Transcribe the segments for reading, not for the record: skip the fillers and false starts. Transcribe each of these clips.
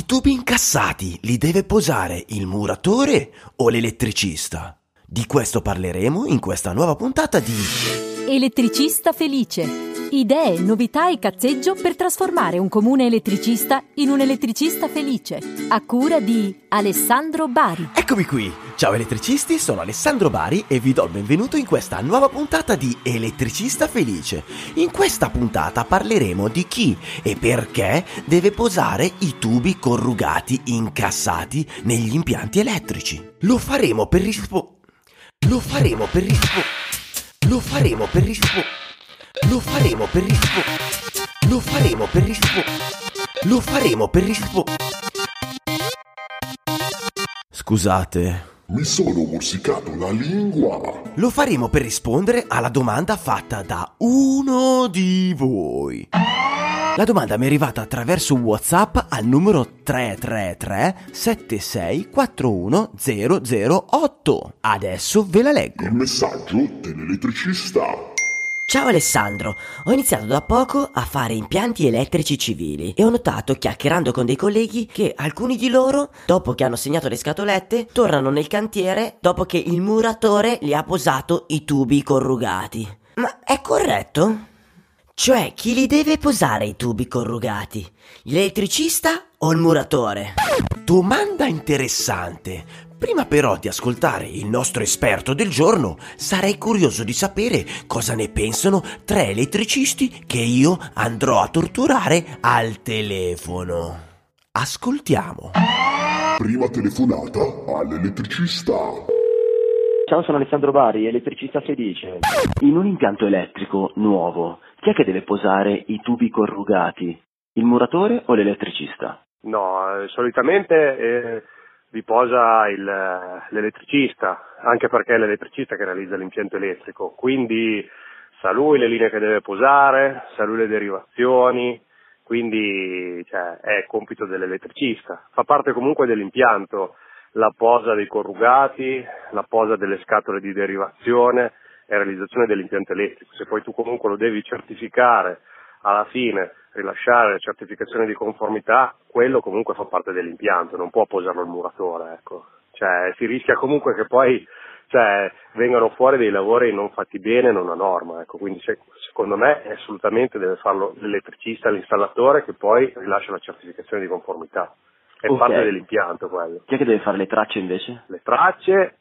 I tubi incassati li deve posare il muratore o l'elettricista? Di questo parleremo in questa nuova puntata di Elettricista felice. Idee, novità e cazzeggio per trasformare un comune elettricista in un elettricista felice. A cura di Alessandro Bari. Eccomi qui! Ciao elettricisti, sono Alessandro Bari e vi do il benvenuto in questa nuova puntata di Elettricista Felice. In questa puntata parleremo di chi e perché deve posare i tubi corrugati incassati negli impianti elettrici. Lo faremo per Scusate. Mi sono morsicato la lingua. Lo faremo per rispondere alla domanda fatta da uno di voi. La domanda mi è arrivata attraverso WhatsApp al numero 333 7641 008. Adesso ve la leggo. Il messaggio dell'elettricista. Ciao Alessandro, ho iniziato da poco a fare impianti elettrici civili e ho notato, chiacchierando con dei colleghi, che alcuni di loro, dopo che hanno segnato le scatolette, tornano nel cantiere dopo che il muratore li ha posato i tubi corrugati. Ma è corretto? Cioè, chi li deve posare i tubi corrugati? L'elettricista o il muratore? Domanda interessante. Prima però di ascoltare il nostro esperto del giorno, sarei curioso di sapere cosa ne pensano tre elettricisti che io andrò a torturare al telefono. Ascoltiamo. Prima telefonata all'elettricista. Ciao, sono Alessandro Bari, elettricista felice. In un impianto elettrico nuovo, chi è che deve posare i tubi corrugati? Il muratore o l'elettricista? No, solitamente vi posa l'elettricista, anche perché è l'elettricista che realizza l'impianto elettrico, quindi sa lui le linee che deve posare, sa lui le derivazioni, quindi è compito dell'elettricista. Fa parte comunque dell'impianto la posa dei corrugati, la posa delle scatole di derivazione e realizzazione dell'impianto elettrico. Se poi tu comunque lo devi certificare alla fine, rilasciare certificazione di conformità, quello comunque fa parte dell'impianto, non può posarlo il muratore, ecco. Si rischia comunque che poi vengano fuori dei lavori non fatti bene, non a norma, ecco. Quindi secondo me assolutamente deve farlo l'elettricista, l'installatore, che poi rilascia la certificazione di conformità. È parte dell'impianto quello. Chi è che deve fare le tracce invece? Le tracce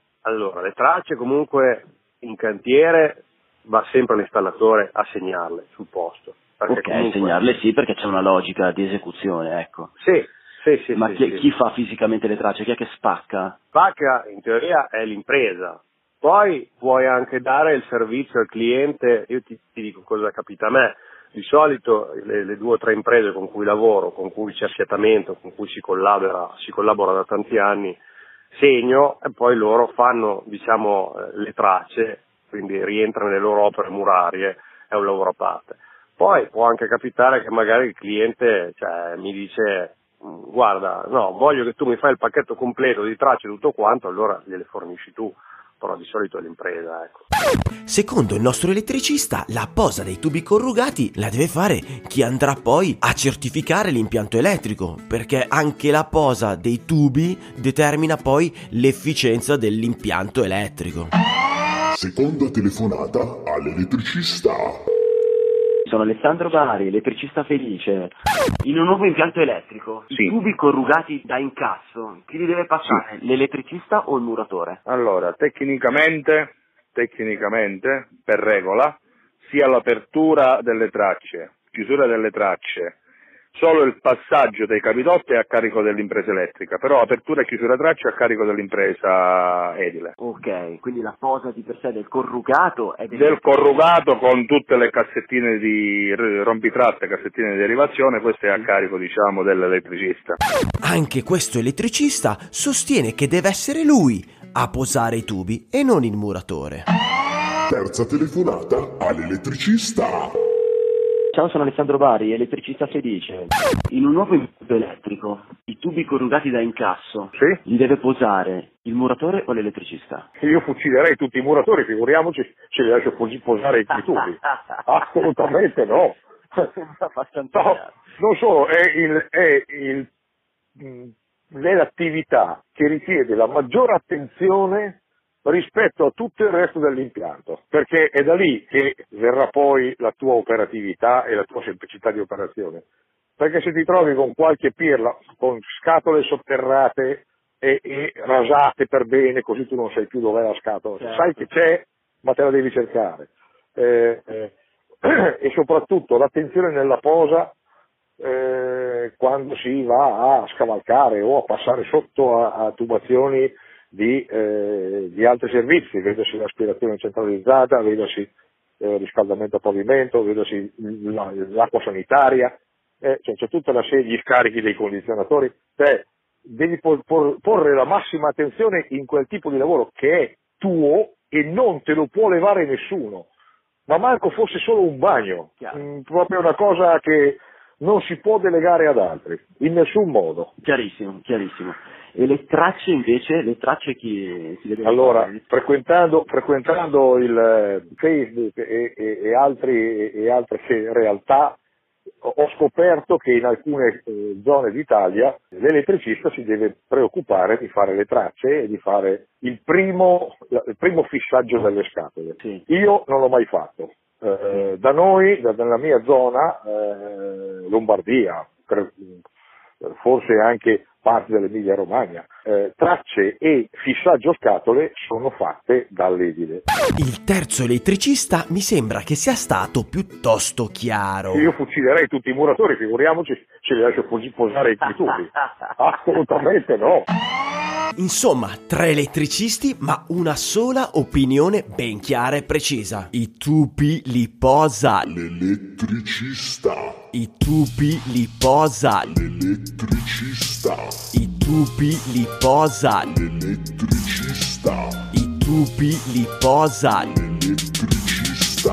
comunque in cantiere va sempre l'installatore a segnarle sul posto. Segnarle sì, perché c'è una logica di esecuzione, ecco. Sì. Ma chi fa fisicamente le tracce? Chi è che spacca? Spacca in teoria è l'impresa. Poi puoi anche dare il servizio al cliente. Io ti dico cosa capita a me. Di solito le 2 o 3 imprese con cui lavoro, con cui c'è affiatamento, con cui si collabora da tanti anni, segno e poi loro fanno le tracce, quindi rientrano nelle loro opere murarie, è un lavoro a parte. Poi può anche capitare che magari il cliente mi dice: guarda, no, voglio che tu mi fai il pacchetto completo di tracce e tutto quanto, allora gliele fornisci tu, però di solito è l'impresa, ecco. Secondo il nostro elettricista, la posa dei tubi corrugati la deve fare chi andrà poi a certificare l'impianto elettrico, perché anche la posa dei tubi determina poi l'efficienza dell'impianto elettrico. Seconda telefonata all'elettricista. Sono Alessandro Bari, elettricista felice. In un nuovo impianto elettrico, i tubi corrugati da incasso, chi li deve passare? L'elettricista o il muratore? Allora, tecnicamente, per regola, sia l'apertura delle tracce, chiusura delle tracce, solo il passaggio dei capidotti è a carico dell'impresa elettrica, però apertura e chiusura tracce è a carico dell'impresa edile. Ok, quindi la posa di per sé del corrugato è del corrugato con tutte le cassettine di rompitratte, cassettine di derivazione, questo è a carico dell'elettricista. Anche questo elettricista sostiene che deve essere lui a posare i tubi e non il muratore. Terza telefonata all'elettricista. Ciao, sono Alessandro Bari, elettricista felice. In un nuovo impianto elettrico, i tubi corrugati da incasso, li deve posare il muratore o l'elettricista? Io fucilerei tutti i muratori, figuriamoci ce li lascio posare i tubi. Assolutamente no. Abbastanza. No, non solo, è il è l'attività che richiede la maggiore attenzione rispetto a tutto il resto dell'impianto, perché è da lì che verrà poi la tua operatività e la tua semplicità di operazione. Perché se ti trovi con qualche pirla, con scatole sotterrate e rasate per bene, così tu non sai più dov'è la scatola, certo. Sai che c'è, ma te la devi cercare. E soprattutto l'attenzione nella posa quando si va a scavalcare o a passare sotto a tubazioni di altri servizi, vedasi l'aspirazione centralizzata, vedasi riscaldamento a pavimento, vedasi l'acqua sanitaria, c'è tutta una serie di scarichi dei condizionatori. Devi porre la massima attenzione in quel tipo di lavoro che è tuo e non te lo può levare nessuno, ma manco fosse solo un bagno, proprio una cosa che non si può delegare ad altri, in nessun modo. Chiarissimo. E le tracce invece, chi si deve allora, fare? frequentando il Facebook e altre realtà, ho scoperto che in alcune zone d'Italia l'elettricista si deve preoccupare di fare le tracce e di fare il primo fissaggio delle scatole. Sì. Io non l'ho mai fatto. Da noi, nella mia zona, Lombardia, forse anche parte dell'Emilia Romagna, tracce e fissaggio scatole sono fatte dall'edile. Il terzo elettricista mi sembra che sia stato piuttosto chiaro. Io fucilerei tutti i muratori, figuriamoci se li lascio posare i tubi. Assolutamente no. Insomma, 3 elettricisti, ma una sola opinione ben chiara e precisa. I tubi li posa l'elettricista. I tubi li posa l'elettricista. I tubi li posa l'elettricista. I tubi li posa l'elettricista.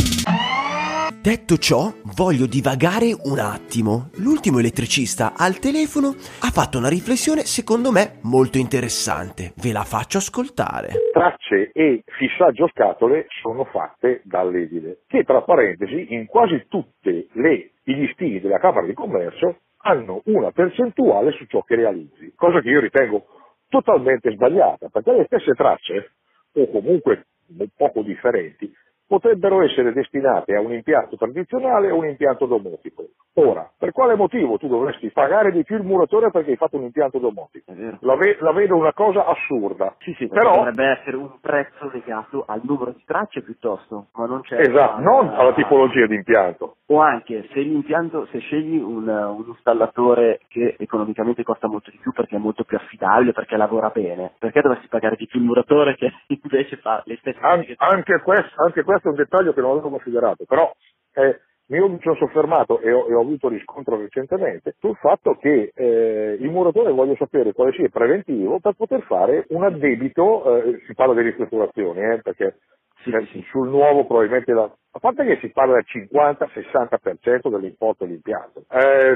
Detto ciò, voglio divagare un attimo. L'ultimo elettricista al telefono ha fatto una riflessione secondo me molto interessante. Ve la faccio ascoltare. Tracce e fissaggio scatole sono fatte dall'edile, che tra parentesi in quasi tutte i listini della Camera di Commercio hanno una percentuale su ciò che realizzi, cosa che io ritengo totalmente sbagliata, perché le stesse tracce, o comunque poco differenti, potrebbero essere destinate a un impianto tradizionale o un impianto domotico. Ora, per quale motivo tu dovresti pagare di più il muratore perché hai fatto un impianto domotico? La vedo una cosa assurda. Sì, però dovrebbe essere un prezzo legato al numero di tracce piuttosto, ma non c'è. Esatto, non alla tipologia di impianto. O anche se scegli un installatore che economicamente costa molto di più perché è molto più affidabile, perché lavora bene, perché dovresti pagare di più il muratore che invece fa le stesse cose? Anche questo è un dettaglio che non avevo considerato, però io mi sono soffermato e ho avuto riscontro recentemente sul fatto che il muratore voglia sapere quale sia il preventivo per poter fare un addebito, si parla di ristrutturazioni, perché sì. Sul nuovo probabilmente a parte che si parla del 50-60% dell'importo dell'impianto,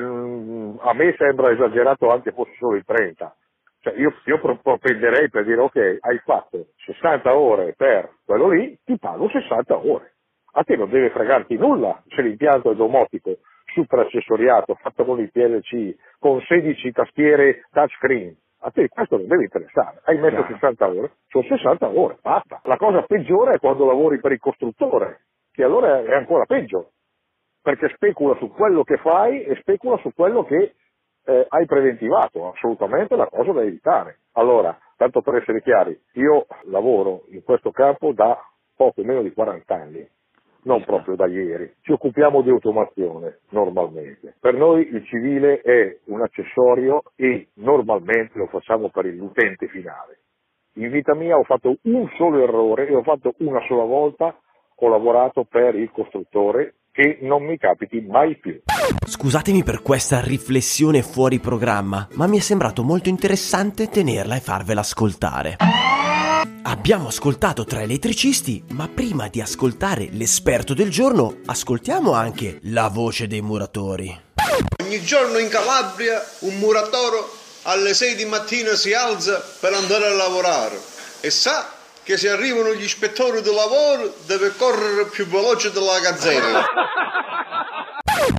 a me sembra esagerato anche fosse solo il 30%. Cioè io propenderei per dire ok, hai fatto 60 ore per quello lì, ti pago 60 ore. A te non deve fregarti nulla se l'impianto è domotico, super accessoriato, fatto con il PLC, con 16 tastiere touchscreen. A te questo non deve interessare. Hai messo 60 ore, sono 60 ore, basta. La cosa peggiore è quando lavori per il costruttore, che allora è ancora peggio, perché specula su quello che fai e specula su quello che hai preventivato, assolutamente la cosa da evitare. Allora, tanto per essere chiari, io lavoro in questo campo da poco meno di 40 anni, non proprio da ieri. Ci occupiamo di automazione, normalmente. Per noi il civile è un accessorio e normalmente lo facciamo per l'utente finale. In vita mia ho fatto un solo errore e ho fatto una sola volta, ho lavorato per il costruttore, che non mi capiti mai più. Scusatemi per questa riflessione fuori programma, ma mi è sembrato molto interessante tenerla e farvela ascoltare. Abbiamo ascoltato 3 elettricisti, ma prima di ascoltare l'esperto del giorno, ascoltiamo anche la voce dei muratori. Ogni giorno in Calabria un muratore alle 6 di mattina si alza per andare a lavorare e sa che se arrivano gli ispettori di lavoro deve correre più veloce della gazzella.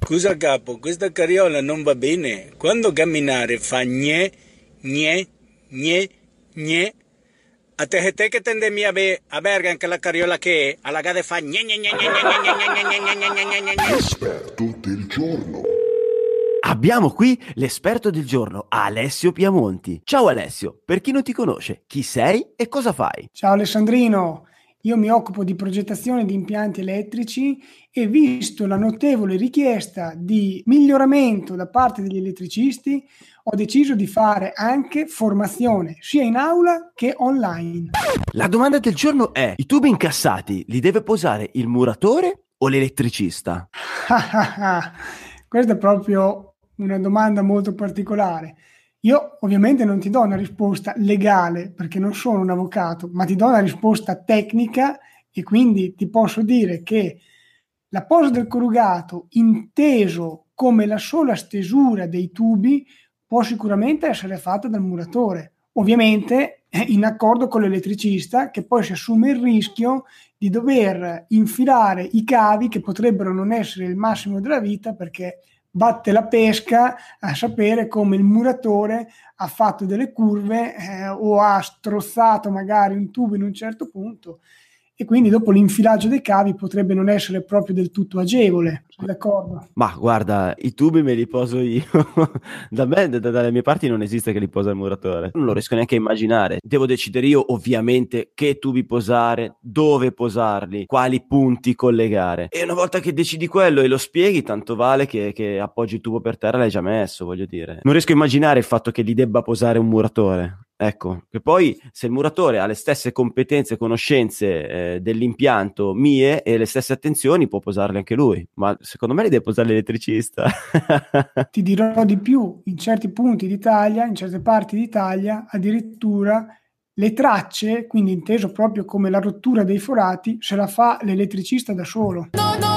Scusa capo, questa carriola non va bene. Quando camminare fa gne, gne, gne, gne. A te che tendemi a verga anche la carriola che alla gade fa gne gne gne gne gne gne gne gne gne gne gne. L'esperto del giorno. Abbiamo qui l'esperto del giorno, Alessio Piamonti. Ciao Alessio, per chi non ti conosce, chi sei e cosa fai? Ciao Alessandrino, io mi occupo di progettazione di impianti elettrici e visto la notevole richiesta di miglioramento da parte degli elettricisti, ho deciso di fare anche formazione, sia in aula che online. La domanda del giorno è: i tubi incassati li deve posare il muratore o l'elettricista? Questa è proprio una domanda molto particolare. Io ovviamente non ti do una risposta legale perché non sono un avvocato, ma ti do una risposta tecnica e quindi ti posso dire che la posa del corrugato, inteso come la sola stesura dei tubi, può sicuramente essere fatta dal muratore, ovviamente in accordo con l'elettricista, che poi si assume il rischio di dover infilare i cavi che potrebbero non essere il massimo della vita, perché batte la pesca a sapere come il muratore ha fatto delle curve o ha strozzato magari un tubo in un certo punto, e quindi dopo l'infilaggio dei cavi potrebbe non essere proprio del tutto agevole. Sei d'accordo? Ma guarda, i tubi me li poso io. Da me, dalle mie parti non esiste che li posa il muratore. Non lo riesco neanche a immaginare. Devo decidere io ovviamente che tubi posare, dove posarli, quali punti collegare. E una volta che decidi quello e lo spieghi, tanto vale che appoggi il tubo per terra, l'hai già messo, voglio dire. Non riesco a immaginare il fatto che li debba posare un muratore. Ecco, che poi se il muratore ha le stesse competenze e conoscenze dell'impianto mie e le stesse attenzioni, può posarle anche lui, ma secondo me li deve posare l'elettricista. Ti dirò di più, in certi punti d'Italia, in certe parti d'Italia, addirittura le tracce, quindi inteso proprio come la rottura dei forati, se la fa l'elettricista da solo.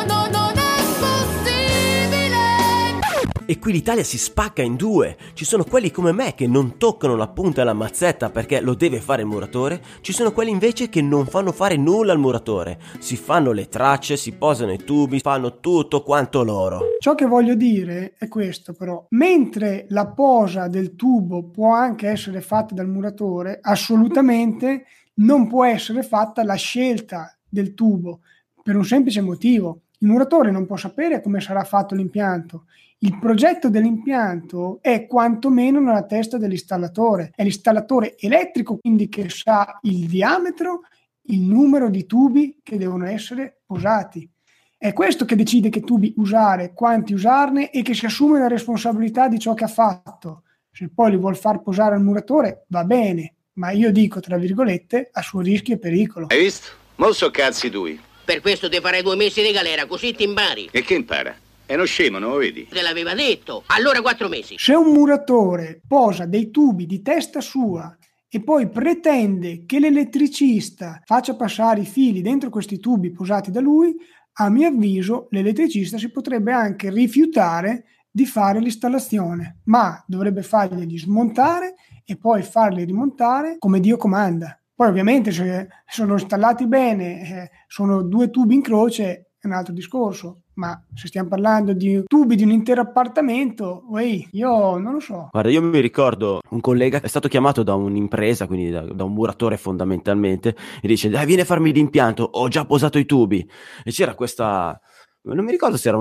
E qui l'Italia si spacca in due. Ci sono quelli come me che non toccano la punta della mazzetta perché lo deve fare il muratore. Ci sono quelli invece che non fanno fare nulla al muratore. Si fanno le tracce, si posano i tubi, fanno tutto quanto loro. Ciò che voglio dire è questo però. Mentre la posa del tubo può anche essere fatta dal muratore, assolutamente non può essere fatta la scelta del tubo per un semplice motivo. Il muratore non può sapere come sarà fatto l'impianto. Il progetto dell'impianto è quantomeno nella testa dell'installatore. È l'installatore elettrico quindi che sa il diametro, il numero di tubi che devono essere posati. È questo che decide che tubi usare, quanti usarne e che si assume la responsabilità di ciò che ha fatto. Se poi li vuol far posare al muratore va bene, ma io dico tra virgolette a suo rischio e pericolo. Hai visto? Mo' so cazzi tui. Per questo ti farei 2 mesi di galera, così ti impari. E che impara? È uno scemo, non lo vedi? Te l'aveva detto. Allora 4 mesi. Se un muratore posa dei tubi di testa sua e poi pretende che l'elettricista faccia passare i fili dentro questi tubi posati da lui, a mio avviso l'elettricista si potrebbe anche rifiutare di fare l'installazione, ma dovrebbe farglieli smontare e poi farli rimontare come Dio comanda. Poi ovviamente se sono installati bene, sono 2 tubi in croce, è un altro discorso, ma se stiamo parlando di tubi di un intero appartamento, io non lo so. Guarda, io mi ricordo un collega è stato chiamato da un'impresa, quindi da un muratore fondamentalmente, e dice: dai, vieni a farmi l'impianto, ho già posato i tubi. E c'era questa, non mi ricordo se era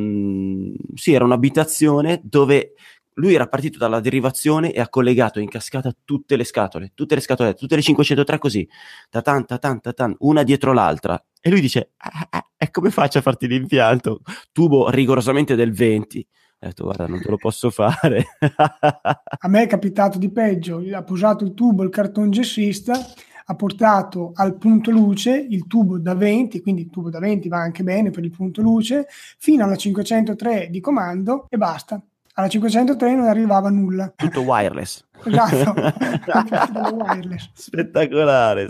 era un'abitazione dove lui era partito dalla derivazione e ha collegato in cascata tutte le scatole, tutte le 503 così, ta-tan, una dietro l'altra. E lui dice: e come faccio a farti l'impianto? Tubo rigorosamente del 20. Ho detto: guarda, non te lo posso fare. A me è capitato di peggio. Ha posato il tubo, il cartongessista, ha portato al punto luce il tubo da 20, quindi il tubo da 20 va anche bene per il punto luce, fino alla 503 di comando e basta. Alla 503 non arrivava nulla. Tutto wireless. Esatto. Wireless. Spettacolare.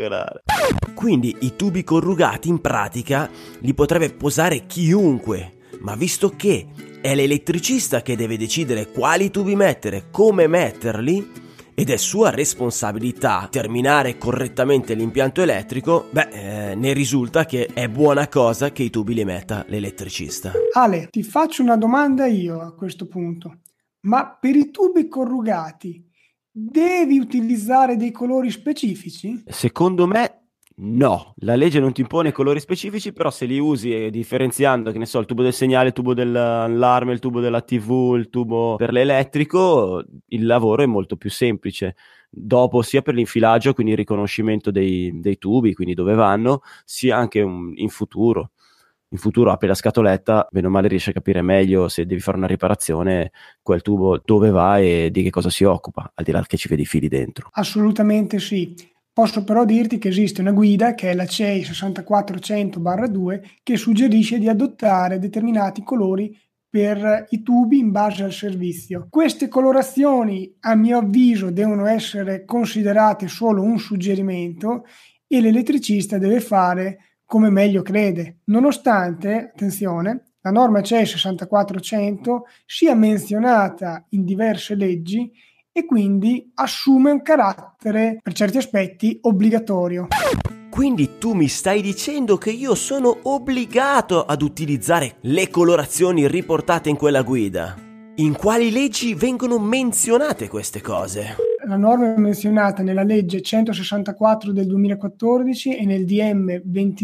Quindi i tubi corrugati in pratica li potrebbe posare chiunque, ma visto che è l'elettricista che deve decidere quali tubi mettere, come metterli, ed è sua responsabilità terminare correttamente l'impianto elettrico, ne risulta che è buona cosa che i tubi li metta l'elettricista. Ale, ti faccio una domanda io a questo punto. Ma per i tubi corrugati devi utilizzare dei colori specifici? Secondo me no, la legge non ti impone colori specifici, però se li usi differenziando, che ne so, il tubo del segnale, il tubo dell'allarme, il tubo della TV, il tubo per l'elettrico, il lavoro è molto più semplice. Dopo, sia per l'infilaggio, quindi il riconoscimento dei tubi, quindi dove vanno, sia anche in futuro. In futuro apri la scatoletta, bene o male riesci a capire meglio, se devi fare una riparazione, quel tubo dove va e di che cosa si occupa, al di là che ci vedi i fili dentro. Assolutamente sì. Posso però dirti che esiste una guida, che è la CEI 6400/2, che suggerisce di adottare determinati colori per i tubi in base al servizio. Queste colorazioni, a mio avviso, devono essere considerate solo un suggerimento e l'elettricista deve fare come meglio crede, nonostante, attenzione, la norma CEI 6400 sia menzionata in diverse leggi e quindi assume un carattere, per certi aspetti, obbligatorio. Quindi tu mi stai dicendo che io sono obbligato ad utilizzare le colorazioni riportate in quella guida? In quali leggi vengono menzionate queste cose? La norma è menzionata nella legge 164 del 2014 e nel DM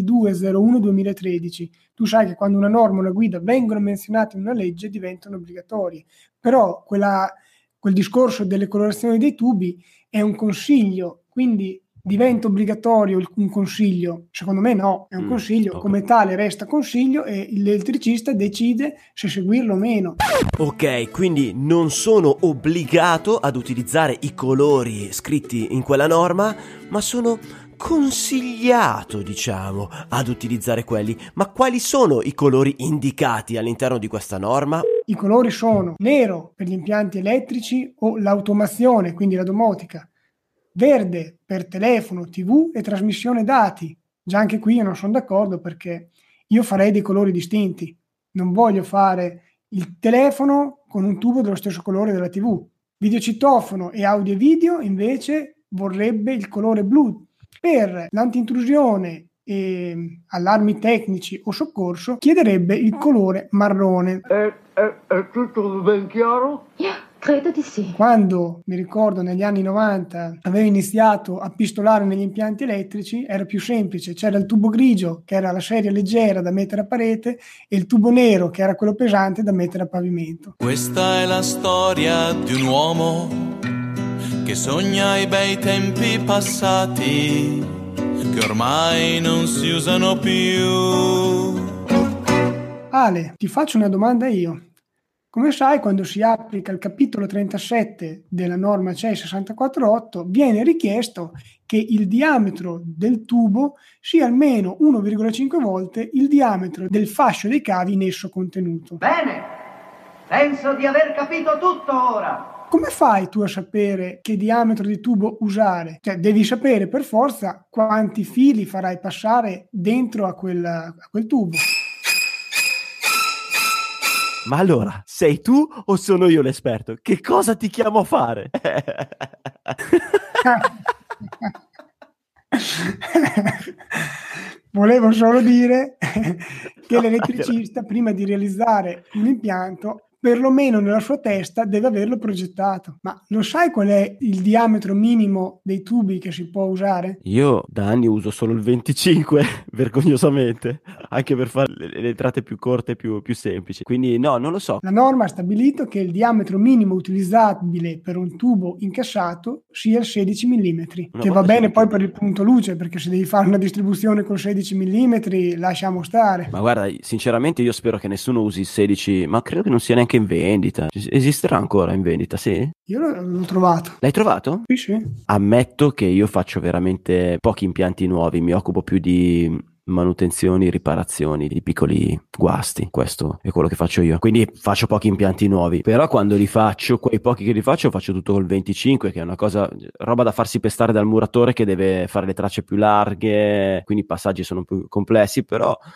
2201-2013. Tu sai che quando una norma o una guida vengono menzionate in una legge diventano obbligatorie, però quel discorso delle colorazioni dei tubi è un consiglio, quindi diventa obbligatorio un consiglio? Secondo me no, è un consiglio, okay. Come tale resta consiglio e l'elettricista decide se seguirlo o meno. Ok, quindi non sono obbligato ad utilizzare i colori scritti in quella norma, ma sono consigliato, diciamo, ad utilizzare quelli. Ma quali sono i colori indicati all'interno di questa norma? I colori sono nero per gli impianti elettrici o l'automazione, quindi la domotica, verde per telefono, TV e trasmissione dati. Già anche qui io non sono d'accordo, perché io farei dei colori distinti. Non voglio fare il telefono con un tubo dello stesso colore della TV. Videocitofono e audio e video invece vorrebbe il colore blu. Per l'antintrusione e allarmi tecnici o soccorso chiederebbe il colore marrone. È tutto ben chiaro? Credo di sì. Quando, mi ricordo, negli anni 90 avevo iniziato a pistolare negli impianti elettrici, era più semplice. C'era il tubo grigio, che era la serie leggera da mettere a parete, e il tubo nero, che era quello pesante da mettere a pavimento. Questa è la storia di un uomo che sogna i bei tempi passati, che ormai non si usano più. Ale, ti faccio una domanda io. Come sai, quando si applica il capitolo 37 della norma CEI 648 viene richiesto che il diametro del tubo sia almeno 1,5 volte il diametro del fascio dei cavi in esso contenuto. Bene, penso di aver capito tutto ora. Come fai tu a sapere che diametro di tubo usare? Cioè, devi sapere per forza quanti fili farai passare dentro a quel tubo. Ma allora, sei tu o sono io l'esperto? Che cosa ti chiamo a fare? Volevo solo dire che l'elettricista, prima di realizzare un impianto, perlomeno nella sua testa deve averlo progettato. Ma lo sai qual è il diametro minimo dei tubi che si può usare? Io da anni uso solo il 25, vergognosamente, anche per fare le entrate più corte e più semplici. Quindi no, non lo so. La norma ha stabilito che il diametro minimo utilizzabile per un tubo incassato sia il 16 mm, che va bene poi per il punto luce, perché se devi fare una distribuzione con 16 mm lasciamo stare. Ma guarda, sinceramente io spero che nessuno usi il 16, ma credo che non sia neanche in vendita. Esisterà ancora in vendita, sì? Io l'ho trovato. L'hai trovato? Sì, sì. Ammetto che io faccio veramente pochi impianti nuovi, mi occupo più di manutenzioni, riparazioni, di piccoli guasti. Questo è quello che faccio io. Quindi faccio pochi impianti nuovi, però quando li faccio, quei pochi che li faccio tutto col 25, che è una roba da farsi pestare dal muratore che deve fare le tracce più larghe, quindi i passaggi sono più complessi, però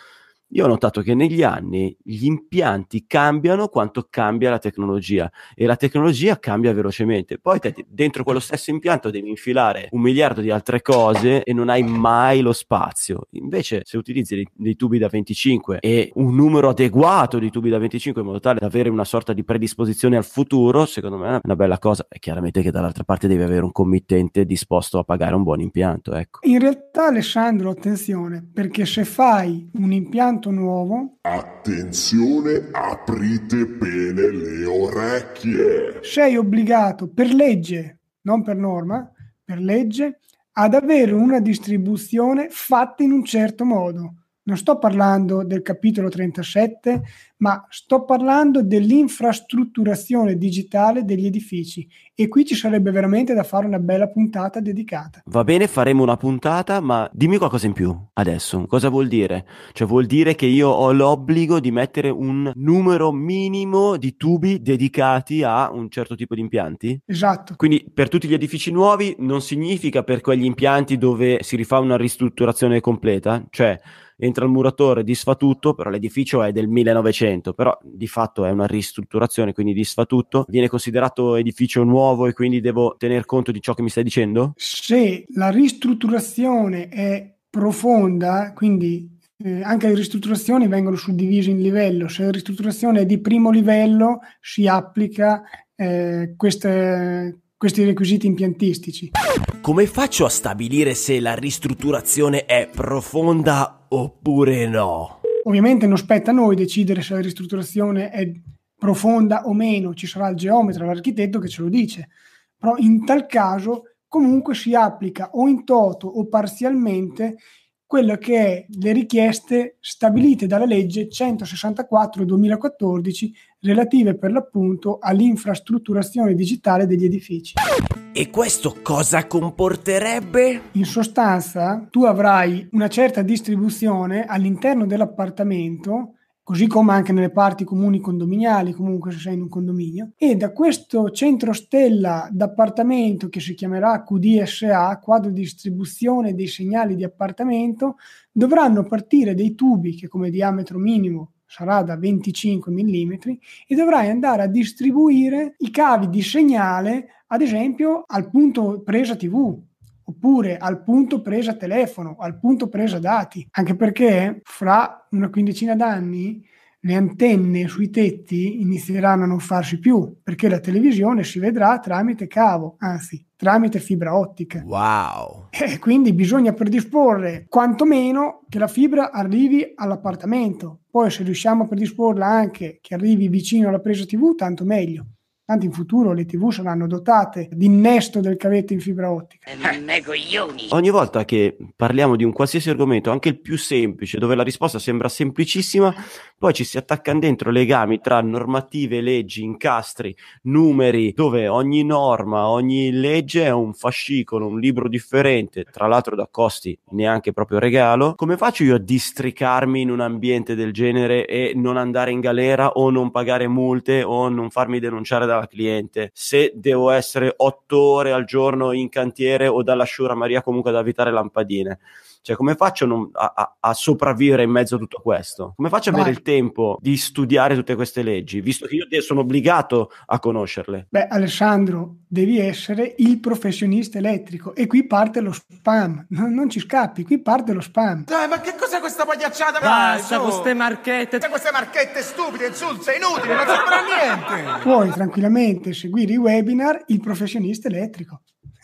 io ho notato che negli anni gli impianti cambiano quanto cambia la tecnologia, e la tecnologia cambia velocemente. Poi te dentro quello stesso impianto devi infilare 1 miliardo di altre cose e non hai mai lo spazio. Invece se utilizzi dei tubi da 25 e un numero adeguato di tubi da 25 in modo tale da avere una sorta di predisposizione al futuro, secondo me è una bella cosa. E chiaramente che dall'altra parte devi avere un committente disposto a pagare un buon impianto, ecco. In realtà, Alessandro, attenzione, perché se fai un impianto nuovo, attenzione, aprite bene le orecchie. Sei obbligato per legge, non per norma, per legge, ad avere una distribuzione fatta in un certo modo. Non sto parlando del capitolo 37, ma sto parlando dell'infrastrutturazione digitale degli edifici, e qui ci sarebbe veramente da fare una bella puntata dedicata. Va bene, faremo una puntata, ma dimmi qualcosa in più adesso. Cosa vuol dire? Cioè vuol dire che io ho l'obbligo di mettere un numero minimo di tubi dedicati a un certo tipo di impianti? Esatto. Quindi per tutti gli edifici nuovi non significa per quegli impianti dove si rifà una ristrutturazione completa? Cioè entra il muratore, disfa tutto, però l'edificio è del 1900, però di fatto è una ristrutturazione, quindi disfa tutto, viene considerato edificio nuovo e quindi devo tener conto di ciò che mi stai dicendo? Se la ristrutturazione è profonda, quindi anche le ristrutturazioni vengono suddivise in livello. Se la ristrutturazione è di primo livello si applica questi requisiti impiantistici. Come faccio a stabilire se la ristrutturazione è profonda oppure no? Ovviamente non spetta a noi decidere se la ristrutturazione è profonda o meno, ci sarà il geometra, l'architetto che ce lo dice, però in tal caso comunque si applica o in toto o parzialmente quello che è le richieste stabilite dalla legge 164/2014 relative per l'appunto all'infrastrutturazione digitale degli edifici. E questo cosa comporterebbe? In sostanza, tu avrai una certa distribuzione all'interno dell'appartamento, così come anche nelle parti comuni condominiali, comunque se sei in un condominio, e da questo centro stella d'appartamento che si chiamerà QDSA, quadro di distribuzione dei segnali di appartamento, dovranno partire dei tubi che come diametro minimo sarà da 25 mm e dovrai andare a distribuire i cavi di segnale, ad esempio al punto presa TV, oppure al punto presa telefono, al punto presa dati, anche perché fra una quindicina d'anni le antenne sui tetti inizieranno a non farsi più, perché la televisione si vedrà tramite cavo, anzi tramite fibra ottica. Wow! E quindi bisogna predisporre quantomeno che la fibra arrivi all'appartamento. Poi se riusciamo a predisporla anche che arrivi vicino alla presa TV, tanto meglio. Tanto in futuro le TV saranno dotate di innesto del cavetto in fibra ottica. Ogni volta che parliamo di un qualsiasi argomento, anche il più semplice, dove la risposta sembra semplicissima, poi ci si attaccano dentro legami tra normative, leggi, incastri, numeri, dove ogni norma, ogni legge è un fascicolo, un libro differente, tra l'altro da costi neanche proprio regalo. Come faccio io a districarmi in un ambiente del genere e non andare in galera o non pagare multe o non farmi denunciare dalla cliente, se devo essere 8 ore al giorno in cantiere o dall'asciura Maria comunque ad avvitare lampadine? Cioè, come faccio a sopravvivere in mezzo a tutto questo? Come faccio ad avere il tempo di studiare tutte queste leggi, visto che io sono obbligato a conoscerle? Beh, Alessandro, devi essere il professionista elettrico e qui parte lo spam. Non ci scappi, qui parte lo spam. Dai, ma che cos'è questa pagliacciata? Basta con queste marchette. Queste marchette stupide, insulse, inutili, non servono a niente. Puoi tranquillamente seguire i webinar Il professionista elettrico.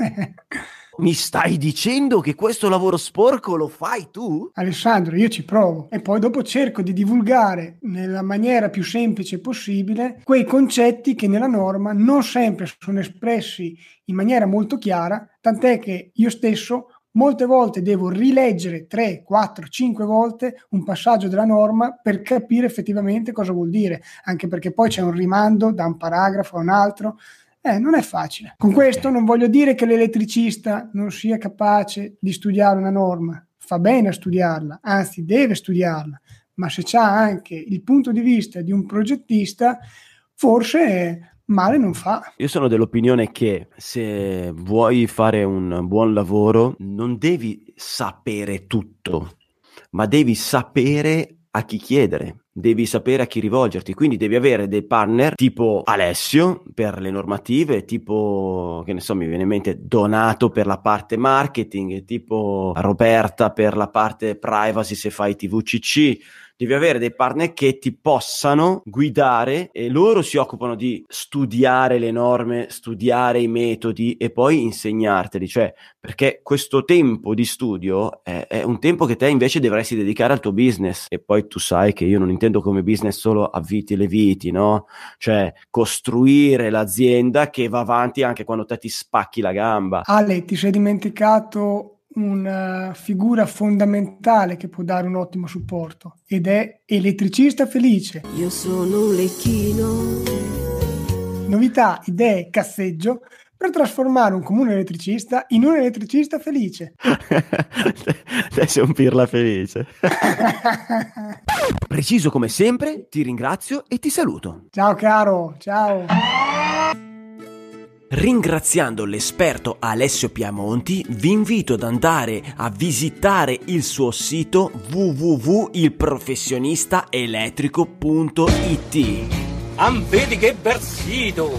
Mi stai dicendo che questo lavoro sporco lo fai tu? Alessandro, io ci provo e poi dopo cerco di divulgare nella maniera più semplice possibile quei concetti che nella norma non sempre sono espressi in maniera molto chiara, tant'è che io stesso molte volte devo rileggere 3, 4, 5 volte un passaggio della norma per capire effettivamente cosa vuol dire, anche perché poi c'è un rimando da un paragrafo a un altro. Non è facile. Con questo non voglio dire che l'elettricista non sia capace di studiare una norma. Fa bene a studiarla, anzi deve studiarla, ma se c'ha anche il punto di vista di un progettista, forse male non fa. Io sono dell'opinione che se vuoi fare un buon lavoro non devi sapere tutto, ma devi sapere a chi chiedere, devi sapere a chi rivolgerti, quindi devi avere dei partner tipo Alessio per le normative, tipo, che ne so, mi viene in mente Donato per la parte marketing, tipo Roberta per la parte privacy se fai TVCC. Devi avere dei partner che ti possano guidare e loro si occupano di studiare le norme, studiare i metodi e poi insegnarteli, cioè perché questo tempo di studio è un tempo che te invece dovresti dedicare al tuo business. E poi tu sai che io non intendo come business solo avviti le viti, no? Cioè costruire l'azienda che va avanti anche quando te ti spacchi la gamba. Ale, ti sei dimenticato una figura fondamentale che può dare un ottimo supporto ed è Elettricista Felice. Io sono un lecchino. Novità, idee, cazzeggio per trasformare un comune elettricista in un elettricista felice. Te sei un pirla felice. Preciso come sempre, ti ringrazio e ti saluto. Ciao caro, ciao. Ringraziando l'esperto Alessio Piamonti, vi invito ad andare a visitare il suo sito www.ilprofessionistaelettrico.it. Vedi che bel sito!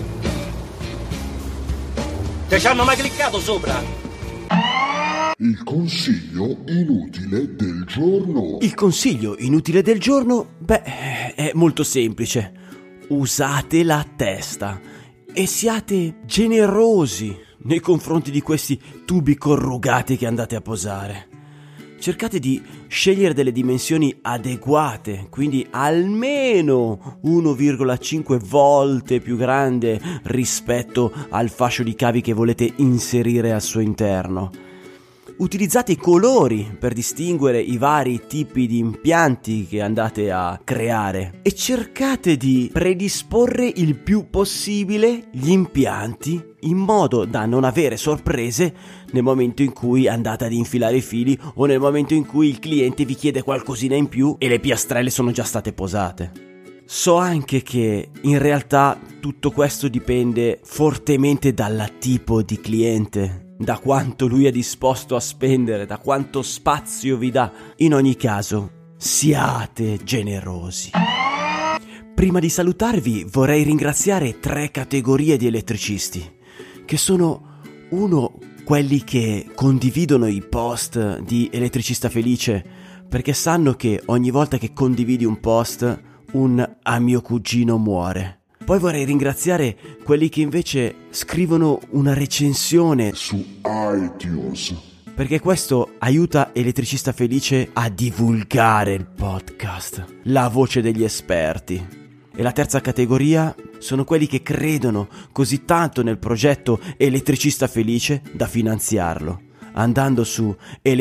Te ci hanno mai cliccato sopra? Il consiglio inutile del giorno. Il consiglio inutile del giorno? Beh, è molto semplice. Usate la testa. E siate generosi nei confronti di questi tubi corrugati che andate a posare. Cercate di scegliere delle dimensioni adeguate, quindi almeno 1,5 volte più grande rispetto al fascio di cavi che volete inserire al suo interno. Utilizzate i colori per distinguere i vari tipi di impianti che andate a creare e cercate di predisporre il più possibile gli impianti in modo da non avere sorprese nel momento in cui andate ad infilare i fili o nel momento in cui il cliente vi chiede qualcosina in più e le piastrelle sono già state posate. So anche che in realtà tutto questo dipende fortemente dal tipo di cliente, da quanto lui è disposto a spendere, da quanto spazio vi dà. In ogni caso, siate generosi. Prima di salutarvi vorrei ringraziare 3 categorie di elettricisti, che sono quelli che condividono i post di Elettricista Felice, perché sanno che ogni volta che condividi un post, a mio cugino muore. Poi vorrei ringraziare quelli che invece scrivono una recensione su iTunes, perché questo aiuta Elettricista Felice a divulgare il podcast, la voce degli esperti. E la terza categoria sono quelli che credono così tanto nel progetto Elettricista Felice da finanziarlo, andando su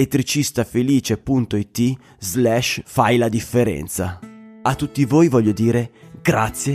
elettricistafelice.it/fai la differenza. A tutti voi voglio dire grazie.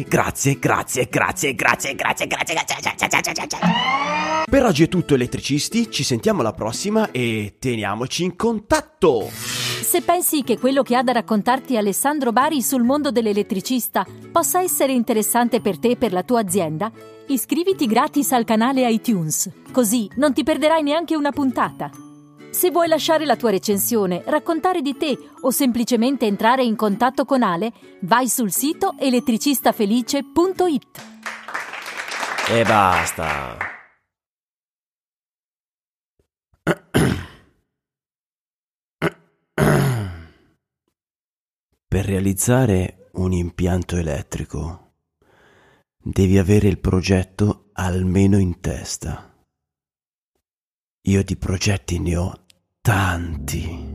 Per oggi è tutto elettricisti, ci sentiamo alla prossima e teniamoci in contatto! Se pensi che quello che ha da raccontarti Alessandro Bari sul mondo dell'elettricista possa essere interessante per te e per la tua azienda, iscriviti gratis al canale iTunes, così non ti perderai neanche una puntata. Se vuoi lasciare la tua recensione, raccontare di te o semplicemente entrare in contatto con Ale, vai sul sito elettricistafelice.it. E basta. Per realizzare un impianto elettrico devi avere il progetto almeno in testa. Io di progetti ne ho tanti.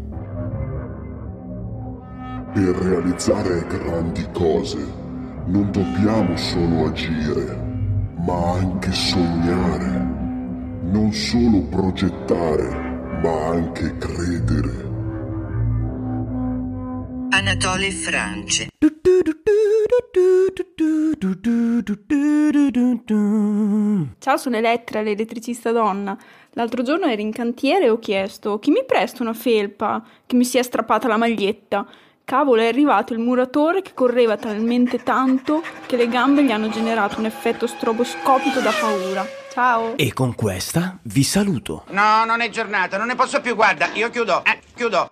Per realizzare grandi cose non dobbiamo solo agire, ma anche sognare. Non solo progettare, ma anche credere. Anatole France. Ciao, sono Elettra, l'elettricista donna. L'altro giorno ero in cantiere e ho chiesto: chi mi presta una felpa? Che mi si è strappata la maglietta. Cavolo, è arrivato il muratore che correva talmente tanto che le gambe gli hanno generato un effetto stroboscopico da paura. Ciao. E con questa vi saluto. No, non è giornata, non ne posso più, guarda, io chiudo.